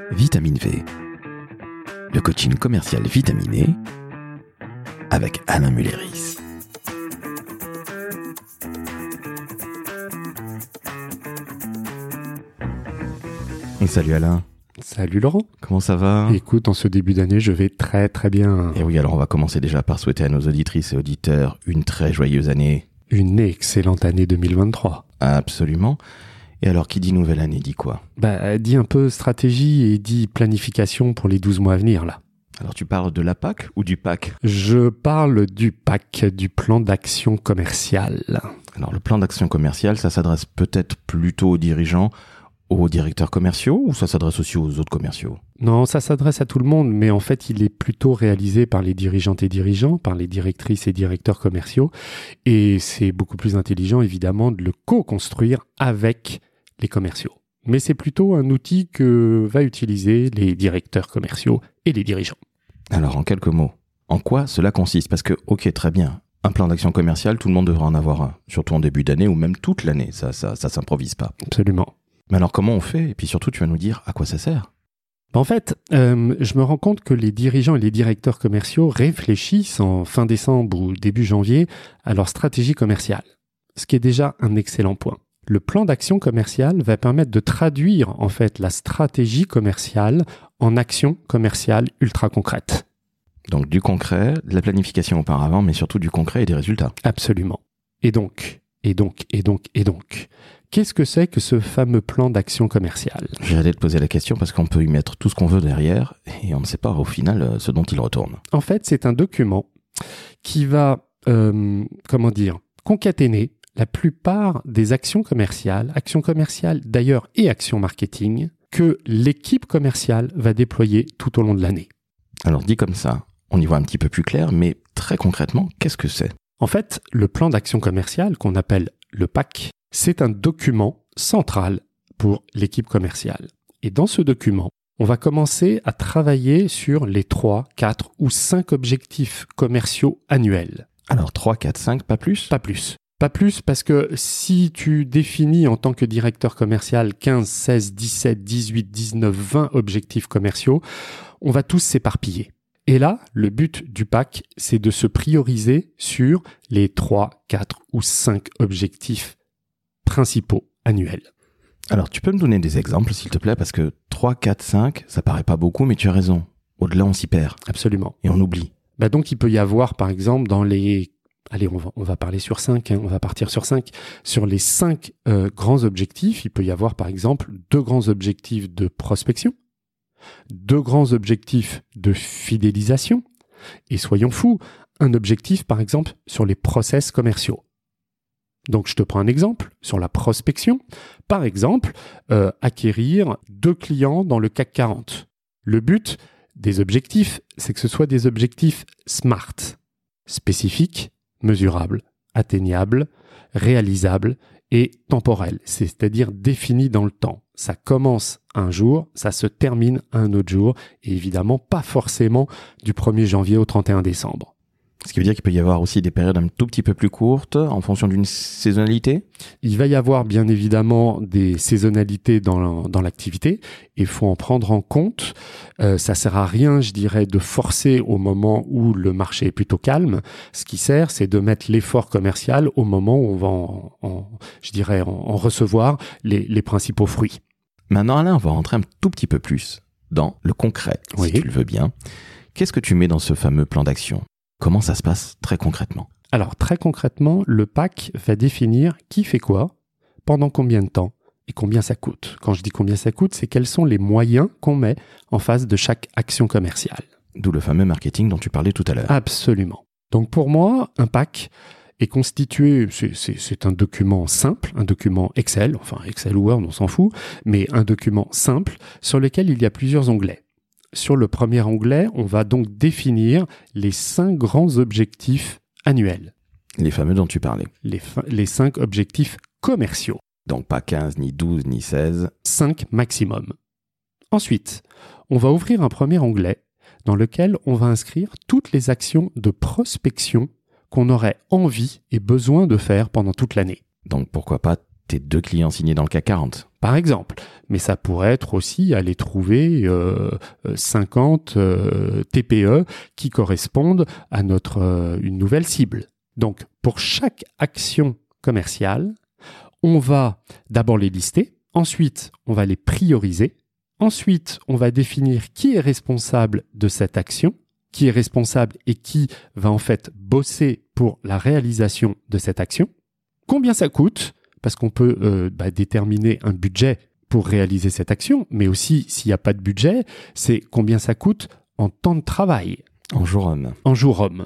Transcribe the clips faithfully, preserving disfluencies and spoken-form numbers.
Vitamine V, le coaching commercial vitaminé avec Alain Mulleris. Salut Alain. Salut Laurent. Comment ça va ? Écoute, en ce début d'année, je vais très très bien. Et oui, alors on va commencer déjà par souhaiter à nos auditrices et auditeurs une très joyeuse année. Une excellente année deux mille vingt-trois. Absolument. Et alors, qui dit nouvelle année, dit quoi ? Bah, dit un peu stratégie et dit planification pour les douze mois à venir, là. Alors, tu parles de la P A C ou du P A C ? Je parle du P A C, du plan d'action commercial. Alors, le plan d'action commercial, ça s'adresse peut-être plutôt aux dirigeants, aux directeurs commerciaux, ou ça s'adresse aussi aux autres commerciaux ? Non, ça s'adresse à tout le monde, mais en fait, il est plutôt réalisé par les dirigeantes et dirigeants, par les directrices et directeurs commerciaux, et c'est beaucoup plus intelligent, évidemment, de le co-construire avec les commerciaux. Mais c'est plutôt un outil que va utiliser les directeurs commerciaux et les dirigeants. Alors, en quelques mots, en quoi cela consiste ? Parce que, ok, très bien, un plan d'action commercial, tout le monde devrait en avoir un, surtout en début d'année ou même toute l'année, ça, ça, ça s'improvise pas. Absolument. Mais alors, comment on fait ? Et puis surtout, tu vas nous dire à quoi ça sert ? En fait, euh, je me rends compte que les dirigeants et les directeurs commerciaux réfléchissent en fin décembre ou début janvier à leur stratégie commerciale, ce qui est déjà un excellent point. Le plan d'action commerciale va permettre de traduire en fait la stratégie commerciale en action commerciale ultra concrète. Donc du concret, de la planification auparavant, mais surtout du concret et des résultats. Absolument. Et donc, et donc, et donc, et donc, qu'est-ce que c'est que ce fameux plan d'action commerciale ? J'allais te poser la question parce qu'on peut y mettre tout ce qu'on veut derrière et on ne sait pas au final ce dont il retourne. En fait, c'est un document qui va, euh, comment dire, concaténer la plupart des actions commerciales, actions commerciales d'ailleurs et actions marketing, que l'équipe commerciale va déployer tout au long de l'année. Alors dit comme ça, on y voit un petit peu plus clair, mais très concrètement, qu'est-ce que c'est ? En fait, le plan d'action commerciale, qu'on appelle le P A C, c'est un document central pour l'équipe commerciale. Et dans ce document, on va commencer à travailler sur les trois, quatre ou cinq objectifs commerciaux annuels. Alors trois, quatre, cinq, pas plus ? Pas plus. Pas plus parce que si tu définis en tant que directeur commercial quinze, seize, dix-sept, dix-huit, dix-neuf, vingt objectifs commerciaux, on va tous s'éparpiller. Et là, le but du P A C, c'est de se prioriser sur les trois, quatre ou cinq objectifs principaux annuels. Alors, tu peux me donner des exemples, s'il te plaît, parce que trois, quatre, cinq, ça paraît pas beaucoup, mais tu as raison. Au-delà, on s'y perd. Absolument. Et on oublie. Bah donc, il peut y avoir, par exemple, dans les... Allez, on va, on va parler sur cinq, hein, on va partir sur cinq. Sur les cinq euh, grands objectifs, il peut y avoir, par exemple, deux grands objectifs de prospection, deux grands objectifs de fidélisation, et soyons fous, un objectif, par exemple, sur les process commerciaux. Donc, je te prends un exemple sur la prospection. Par exemple, euh, acquérir deux clients dans le C A C quarante. Le but des objectifs, c'est que ce soit des objectifs SMART, spécifiques, mesurables, atteignables, réalisables et temporels, c'est-à-dire définis dans le temps. Ça commence un jour, ça se termine un autre jour, et évidemment pas forcément du premier janvier au trente et un décembre. Ce qui veut dire qu'il peut y avoir aussi des périodes un tout petit peu plus courtes en fonction d'une saisonnalité ? Il va y avoir bien évidemment des saisonnalités dans, dans l'activité et il faut en prendre en compte. Euh, ça sert à rien, je dirais, de forcer au moment où le marché est plutôt calme. Ce qui sert, c'est de mettre l'effort commercial au moment où on va, en, en, je dirais, en, en recevoir les, les principaux fruits. Maintenant, Alain, on va rentrer un tout petit peu plus dans le concret, oui. Si tu le veux bien. Qu'est-ce que tu mets dans ce fameux plan d'action ? Comment ça se passe très concrètement ? Alors, très concrètement, le P A C va définir qui fait quoi, pendant combien de temps et combien ça coûte. Quand je dis combien ça coûte, c'est quels sont les moyens qu'on met en face de chaque action commerciale. D'où le fameux marketing dont tu parlais tout à l'heure. Absolument. Donc, pour moi, un P A C est constitué, c'est, c'est, c'est un document simple, un document Excel, enfin Excel ou Word, on s'en fout, mais un document simple sur lequel il y a plusieurs onglets. Sur le premier onglet, on va donc définir les cinq grands objectifs annuels. Les fameux dont tu parlais. Les, fa- les cinq objectifs commerciaux. Donc pas quinze, ni douze, ni seize. cinq maximum. Ensuite, on va ouvrir un premier onglet dans lequel on va inscrire toutes les actions de prospection qu'on aurait envie et besoin de faire pendant toute l'année. Donc pourquoi pas tes deux clients signés dans le C A C quarante, par exemple. Mais ça pourrait être aussi aller trouver euh, cinquante euh, T P E qui correspondent à notre euh, une nouvelle cible. Donc, pour chaque action commerciale, on va d'abord les lister, ensuite on va les prioriser, ensuite on va définir qui est responsable de cette action, qui est responsable et qui va en fait bosser pour la réalisation de cette action, combien ça coûte, parce qu'on peut euh, bah, déterminer un budget pour réaliser cette action, mais aussi s'il n'y a pas de budget, c'est combien ça coûte en temps de travail. En jour homme. En jour homme.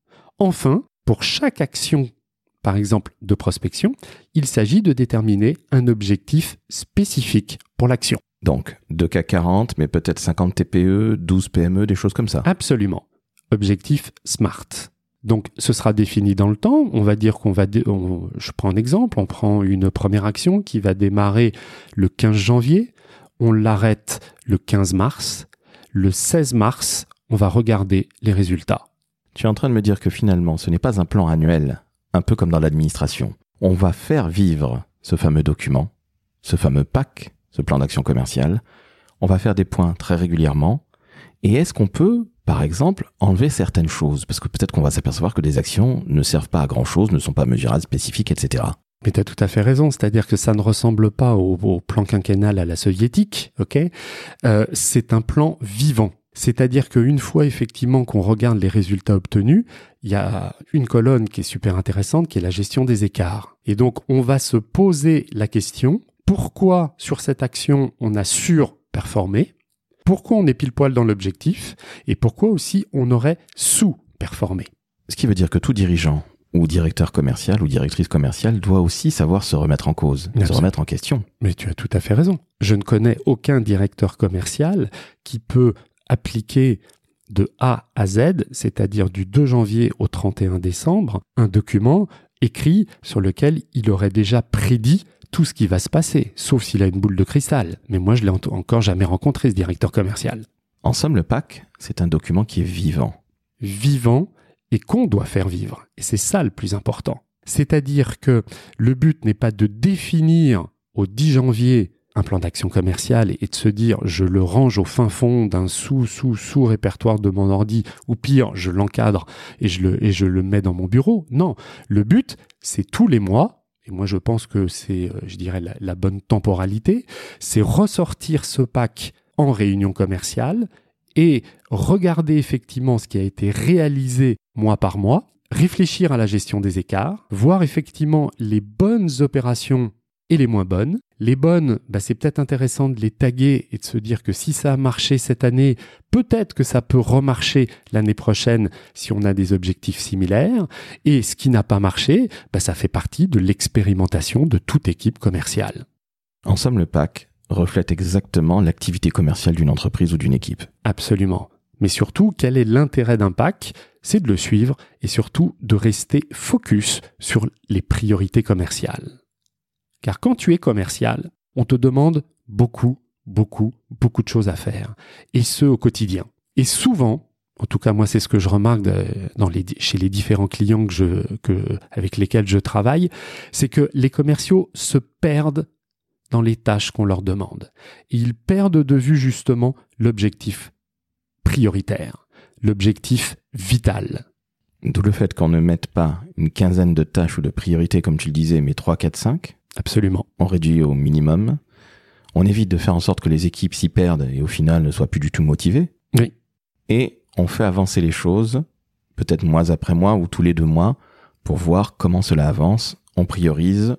Enfin, pour chaque action, par exemple de prospection, il s'agit de déterminer un objectif spécifique pour l'action. Donc, deux C A C quarante, mais peut-être cinquante T P E, douze P M E, des choses comme ça. Absolument. Objectif SMART. Donc, ce sera défini dans le temps. On va dire qu'on va... Dé... On... Je prends un exemple. On prend une première action qui va démarrer le quinze janvier. On l'arrête le quinze mars. Le seize mars, on va regarder les résultats. Tu es en train de me dire que finalement, ce n'est pas un plan annuel, un peu comme dans l'administration. On va faire vivre ce fameux document, ce fameux P A C, ce plan d'action commerciale. On va faire des points très régulièrement. Et est-ce qu'on peut, par exemple, enlever certaines choses? Parce que peut-être qu'on va s'apercevoir que des actions ne servent pas à grand-chose, ne sont pas mesurables, spécifiques, et cetera. Mais tu as tout à fait raison, c'est-à-dire que ça ne ressemble pas au, au plan quinquennal à la soviétique, ok euh, c'est un plan vivant. C'est-à-dire qu'une fois effectivement qu'on regarde les résultats obtenus, il y a une colonne qui est super intéressante, qui est la gestion des écarts. Et donc, on va se poser la question, pourquoi sur cette action on a surperformé? Pourquoi on est pile poil dans l'objectif? Et pourquoi aussi on aurait sous-performé? Ce qui veut dire que tout dirigeant ou directeur commercial ou directrice commerciale doit aussi savoir se remettre en cause, Absolument. se remettre en question. Mais tu as tout à fait raison. Je ne connais aucun directeur commercial qui peut appliquer de A à Z, c'est-à-dire du deux janvier au trente et un décembre, un document écrit sur lequel il aurait déjà prédit tout ce qui va se passer, sauf s'il a une boule de cristal. Mais moi, je l'ai encore jamais rencontré, ce directeur commercial. En somme, le P A C, c'est un document qui est vivant. Vivant et qu'on doit faire vivre. Et c'est ça le plus important. C'est-à-dire que le but n'est pas de définir au dix janvier un plan d'action commercial et de se dire je le range au fin fond d'un sous-sous-sous répertoire de mon ordi ou pire, je l'encadre et je le, et je le mets dans mon bureau. Non, le but, c'est tous les mois, et moi je pense que c'est, je dirais, la, la bonne temporalité, c'est ressortir ce P A C en réunion commerciale et regarder effectivement ce qui a été réalisé mois par mois, réfléchir à la gestion des écarts, voir effectivement les bonnes opérations et les moins bonnes. Les bonnes, bah, c'est peut-être intéressant de les taguer et de se dire que si ça a marché cette année, peut-être que ça peut remarcher l'année prochaine si on a des objectifs similaires. Et ce qui n'a pas marché, bah, ça fait partie de l'expérimentation de toute équipe commerciale. En somme, le P A C reflète exactement l'activité commerciale d'une entreprise ou d'une équipe. Absolument. Mais surtout, quel est l'intérêt d'un P A C? C'est de le suivre et surtout de rester focus sur les priorités commerciales. Car quand tu es commercial, on te demande beaucoup, beaucoup, beaucoup de choses à faire. Et ce, au quotidien. Et souvent, en tout cas moi c'est ce que je remarque dans les, chez les différents clients que je, que, avec lesquels je travaille, c'est que les commerciaux se perdent dans les tâches qu'on leur demande. Et ils perdent de vue justement l'objectif prioritaire, l'objectif vital. D'où le fait qu'on ne mette pas une quinzaine de tâches ou de priorités, comme tu le disais, mais trois, quatre, cinq. Absolument. On réduit au minimum. On évite de faire en sorte que les équipes s'y perdent et au final ne soient plus du tout motivées. Oui. Et on fait avancer les choses, peut-être mois après mois ou tous les deux mois, pour voir comment cela avance. On priorise,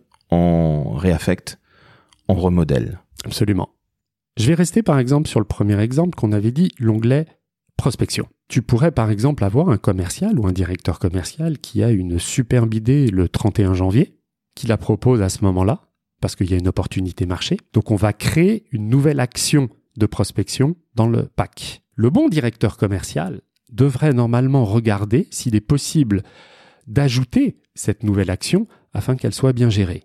on réaffecte, on remodèle. Absolument. Je vais rester par exemple sur le premier exemple qu'on avait dit, l'onglet prospection. Tu pourrais par exemple avoir un commercial ou un directeur commercial qui a une superbe idée le trente et un janvier, qui la propose à ce moment-là, parce qu'il y a une opportunité marché. Donc on va créer une nouvelle action de prospection dans le P A C. Le bon directeur commercial devrait normalement regarder s'il est possible d'ajouter cette nouvelle action afin qu'elle soit bien gérée.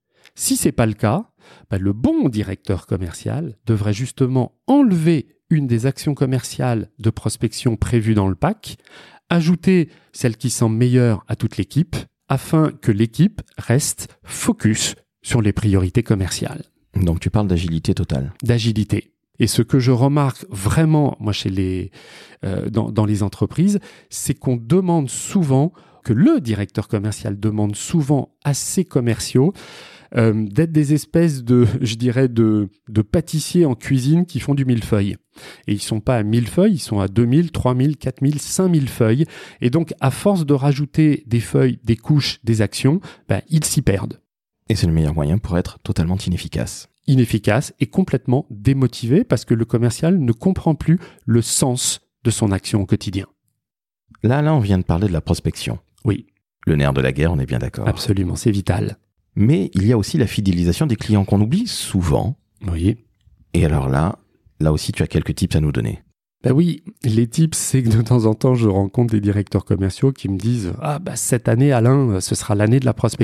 Si ce n'est pas le cas, bah le bon directeur commercial devrait justement enlever une des actions commerciales de prospection prévues dans le P A C, ajouter celle qui semble meilleure à toute l'équipe, afin que l'équipe reste focus sur les priorités commerciales. Donc tu parles d'agilité totale. D'agilité. Et ce que je remarque vraiment, moi, chez les, euh, dans, dans les entreprises, c'est qu'on demande souvent, que le directeur commercial demande souvent à ses commerciaux euh, d'être des espèces de, je dirais, de, de pâtissiers en cuisine qui font du millefeuille. Et ils sont pas à mille feuilles, ils sont à deux mille, trois mille, quatre mille, cinq mille feuilles. Et donc, à force de rajouter des feuilles, des couches, des actions, ben, ils s'y perdent. Et c'est le meilleur moyen pour être totalement inefficace. Inefficace et complètement démotivé parce que le commercial ne comprend plus le sens de son action au quotidien. Là, là, on vient de parler de la prospection. Oui. Le nerf de la guerre, on est bien d'accord. Absolument, c'est vital. Mais il y a aussi la fidélisation des clients qu'on oublie souvent. Oui. Et alors là, là aussi, tu as quelques tips à nous donner. Ben oui, les tips, c'est que de temps en temps, je rencontre des directeurs commerciaux qui me disent « Ah, bah, cette année, Alain, ce sera l'année de la prospection ».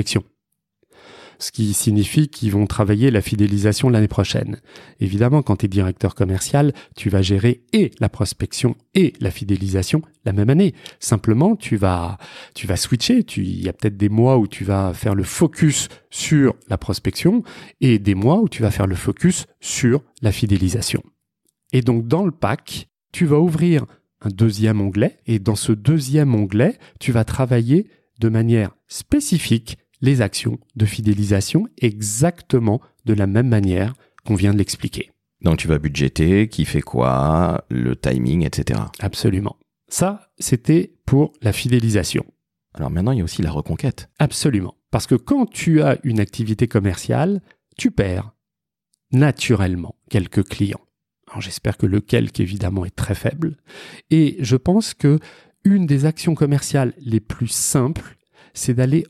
Ce qui signifie qu'ils vont travailler la fidélisation l'année prochaine. Évidemment, quand tu es directeur commercial, tu vas gérer et la prospection et la fidélisation la même année. Simplement, tu vas, tu vas switcher. Tu, il y a peut-être des mois où tu vas faire le focus sur la prospection et des mois où tu vas faire le focus sur la fidélisation. Et donc, dans le pack, tu vas ouvrir un deuxième onglet et dans ce deuxième onglet, tu vas travailler de manière spécifique les actions de fidélisation exactement de la même manière qu'on vient de l'expliquer. Donc tu vas budgéter, qui fait quoi, le timing, et cetera. Absolument. Ça, c'était pour la fidélisation. Alors maintenant, il y a aussi la reconquête. Absolument. Parce que quand tu as une activité commerciale, tu perds naturellement quelques clients. Alors j'espère que le quelque, évidemment, est très faible. Et je pense que une des actions commerciales les plus simples, c'est d'aller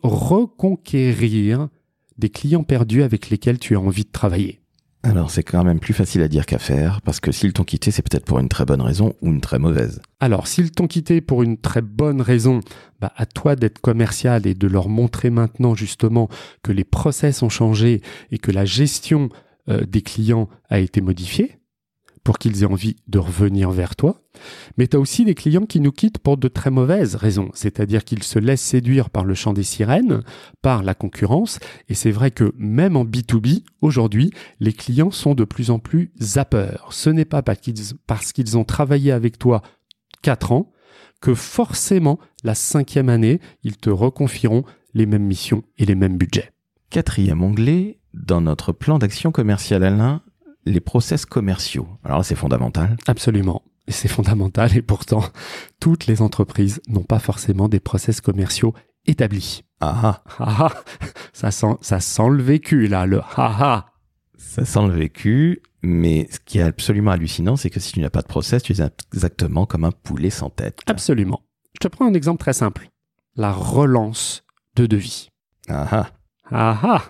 reconquérir des clients perdus avec lesquels tu as envie de travailler. Alors c'est quand même plus facile à dire qu'à faire, parce que s'ils t'ont quitté, c'est peut-être pour une très bonne raison ou une très mauvaise. Alors s'ils t'ont quitté pour une très bonne raison, bah à toi d'être commercial et de leur montrer maintenant justement que les process ont changé et que la gestion euh, des clients a été modifiée, pour qu'ils aient envie de revenir vers toi. Mais tu as aussi des clients qui nous quittent pour de très mauvaises raisons, c'est-à-dire qu'ils se laissent séduire par le chant des sirènes, par la concurrence, et c'est vrai que même en B deux B, aujourd'hui, les clients sont de plus en plus zappeurs. Ce n'est pas parce qu'ils, parce qu'ils ont travaillé avec toi quatre ans que forcément, la cinquième année, ils te reconfieront les mêmes missions et les mêmes budgets. Quatrième onglet, dans notre plan d'action commerciale Alain, les process commerciaux. Alors là, c'est fondamental. Absolument. Et c'est fondamental. Et pourtant, toutes les entreprises n'ont pas forcément des process commerciaux établis. Ah ah. Ah, ça sent, ça sent le vécu, là, le ah ah. Ça sent le vécu, mais ce qui est absolument hallucinant, c'est que si tu n'as pas de process, tu es exactement comme un poulet sans tête. Absolument. Je te prends un exemple très simple. La relance de devis. Ah ah. Ah ah.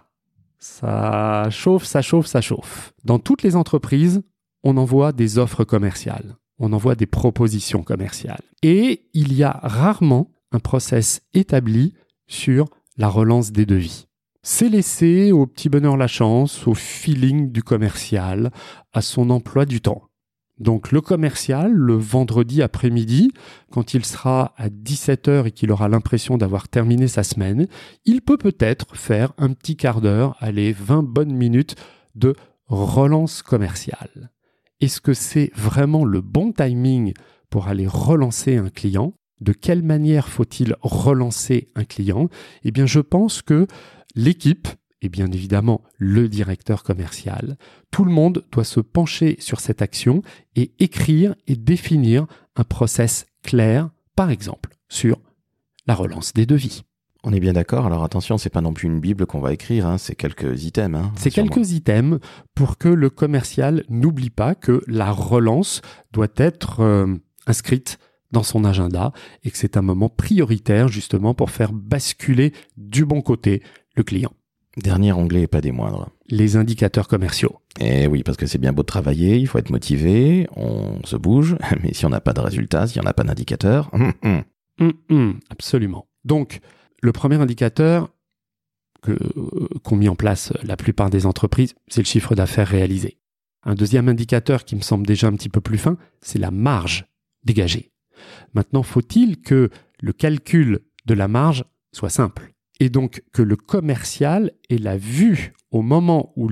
Ça chauffe, ça chauffe, ça chauffe. Dans toutes les entreprises, on envoie des offres commerciales. On envoie des propositions commerciales. Et il y a rarement un process établi sur la relance des devis. C'est laissé au petit bonheur la chance, au feeling du commercial, à son emploi du temps. Donc le commercial, le vendredi après-midi, quand il sera à dix-sept heures et qu'il aura l'impression d'avoir terminé sa semaine, il peut peut-être faire un petit quart d'heure, allez, vingt bonnes minutes de relance commerciale. Est-ce que c'est vraiment le bon timing pour aller relancer un client ? De quelle manière faut-il relancer un client ? Eh bien, je pense que l'équipe, et bien évidemment le directeur commercial, tout le monde doit se pencher sur cette action et écrire et définir un process clair, par exemple, sur la relance des devis. On est bien d'accord. Alors attention, c'est pas non plus une bible qu'on va écrire, hein, c'est quelques items. Hein, c'est quelques items pour que le commercial n'oublie pas que la relance doit être euh, inscrite dans son agenda et que c'est un moment prioritaire justement pour faire basculer du bon côté le client. Dernier onglet et pas des moindres. Les indicateurs commerciaux. Eh oui, parce que c'est bien beau de travailler, il faut être motivé, on se bouge, mais si on n'a pas de résultats, si on n'a pas d'indicateur... Hum, hum. Hum, hum, absolument. Donc, le premier indicateur que, euh, qu'ont mis en place la plupart des entreprises, c'est le chiffre d'affaires réalisé. Un deuxième indicateur qui me semble déjà un petit peu plus fin, c'est la marge dégagée. Maintenant, faut-il que le calcul de la marge soit simple ? Et donc que le commercial ait la vue au moment où lui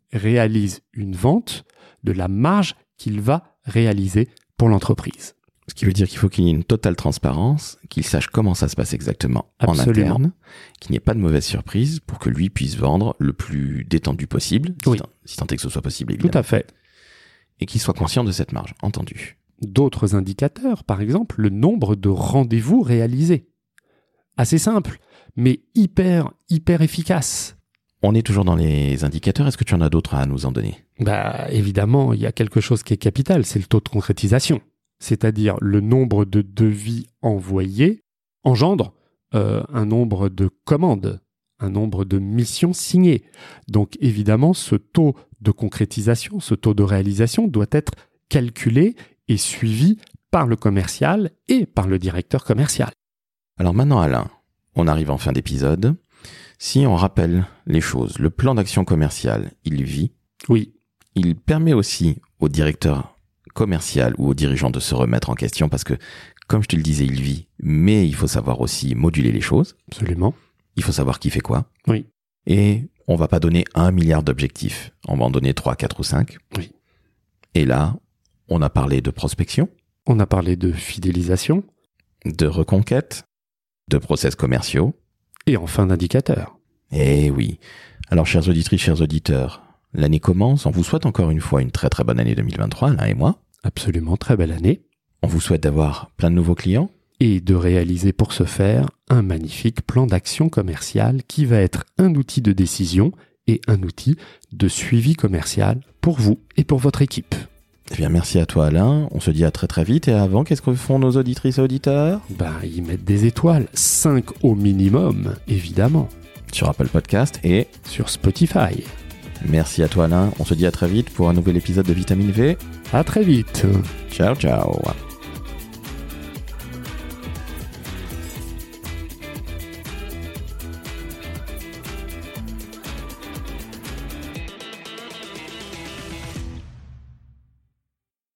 réalise une vente, de la marge qu'il va réaliser pour l'entreprise. Ce qui veut dire qu'il faut qu'il y ait une totale transparence, qu'il sache comment ça se passe exactement Absolument. en interne, qu'il n'y ait pas de mauvaise surprise pour que lui puisse vendre le plus détendu possible, Oui. si, tant, si tant est que ce soit possible évidemment. Tout à fait. Et qu'il soit conscient de cette marge, entendu. D'autres indicateurs, par exemple, le nombre de rendez-vous réalisés. Assez simple, mais hyper, hyper efficace. On est toujours dans les indicateurs, est-ce que tu en as d'autres à nous en donner ? Bah, évidemment, il y a quelque chose qui est capital, c'est le taux de concrétisation. C'est-à-dire le nombre de devis envoyés engendre euh, un nombre de commandes, un nombre de missions signées. Donc évidemment, ce taux de concrétisation, ce taux de réalisation doit être calculé et suivi par le commercial et par le directeur commercial. Alors maintenant Alain, on arrive en fin d'épisode. Si on rappelle les choses, le plan d'action commercial, il vit. Oui. Il permet aussi au directeur commercial ou aux dirigeants de se remettre en question parce que, comme je te le disais, il vit, mais il faut savoir aussi moduler les choses. Absolument. Il faut savoir qui fait quoi. Oui. Et on va pas donner un milliard d'objectifs. On va en donner trois, quatre ou cinq. Oui. Et là, on a parlé de prospection. On a parlé de fidélisation. De reconquête. De process commerciaux. Et enfin d'indicateurs. Eh oui. Alors, chères auditrices, chers auditeurs, l'année commence. On vous souhaite encore une fois une très très bonne année deux mille vingt-trois, Alain et moi. Absolument, très belle année. On vous souhaite d'avoir plein de nouveaux clients. Et de réaliser pour ce faire un magnifique plan d'action commerciale qui va être un outil de décision et un outil de suivi commercial pour vous et pour votre équipe. Eh bien, merci à toi, Alain. On se dit à très très vite. Et avant, qu'est-ce que font nos auditrices et auditeurs ? Ben, ils mettent des étoiles, cinq au minimum, évidemment, Sur Apple Podcast et sur Spotify. merci à toi, Alain. On se dit à très vite pour un nouvel épisode de Vitamine V. À très vite. Ciao, ciao.